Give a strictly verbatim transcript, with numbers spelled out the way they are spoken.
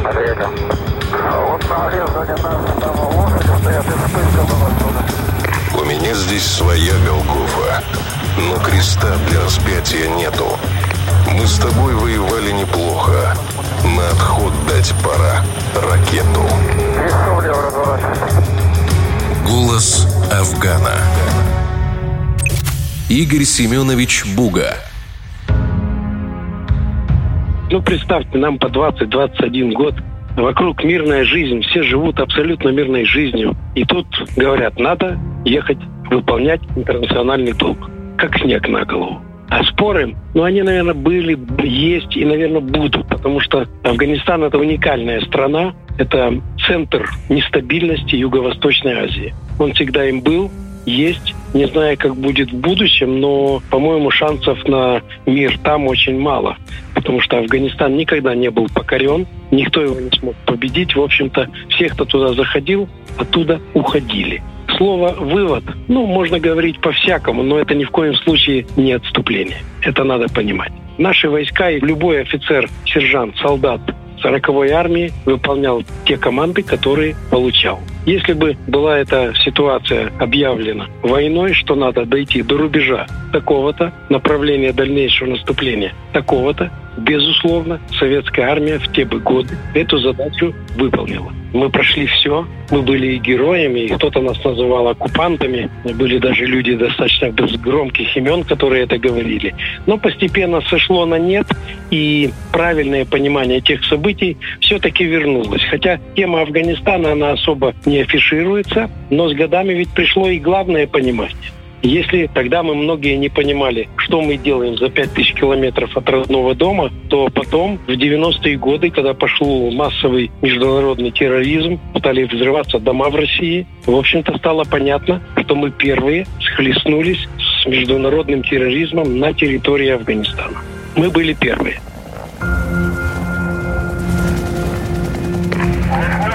Время. Вот на резане нас там лошади стоят, и вспышка была оттуда. У меня здесь своя Голгофа, но креста для распятия нету. Мы с тобой воевали неплохо. На отход дать пора ракету. Крестом влево разворачивайся. Голос Афгана. Игорь Семенович Буга. Ну, представьте, нам по двадцать-двадцать один год. Вокруг мирная жизнь, все живут абсолютно мирной жизнью. И тут говорят, надо ехать выполнять интернациональный долг. Как снег на голову. А споры, ну, они, наверное, были, есть и, наверное, будут. Потому что Афганистан – это уникальная страна. Это центр нестабильности Юго-Восточной Азии. Он всегда им был, есть. Не знаю, как будет в будущем, но, по-моему, шансов на мир там очень мало. Потому что Афганистан никогда не был покорен, никто его не смог победить. В общем-то, все, кто туда заходил, оттуда уходили. Слово «вывод», ну, можно говорить по-всякому, но это ни в коем случае не отступление. Это надо понимать. Наши войска и любой офицер, сержант, солдат сороковой армии выполнял те команды, которые получал. Если бы была эта ситуация объявлена войной, что надо дойти до рубежа такого-то, направления дальнейшего наступления такого-то, безусловно, советская армия в те бы годы эту задачу выполнила. Мы прошли все, мы были и героями, и кто-то нас называл оккупантами. Были даже люди достаточно без громких имен, которые это говорили. Но постепенно сошло на нет, и правильное понимание тех событий все-таки вернулось. Хотя тема Афганистана, она особо не афишируется, но с годами ведь пришло и главное понимание. Если тогда мы многие не понимали, что мы делаем за пять тысяч километров от родного дома, то потом, в девяностые годы, когда пошел массовый международный терроризм, стали взрываться дома в России, в общем-то стало понятно, что мы первые схлестнулись с международным терроризмом на территории Афганистана. Мы были первые.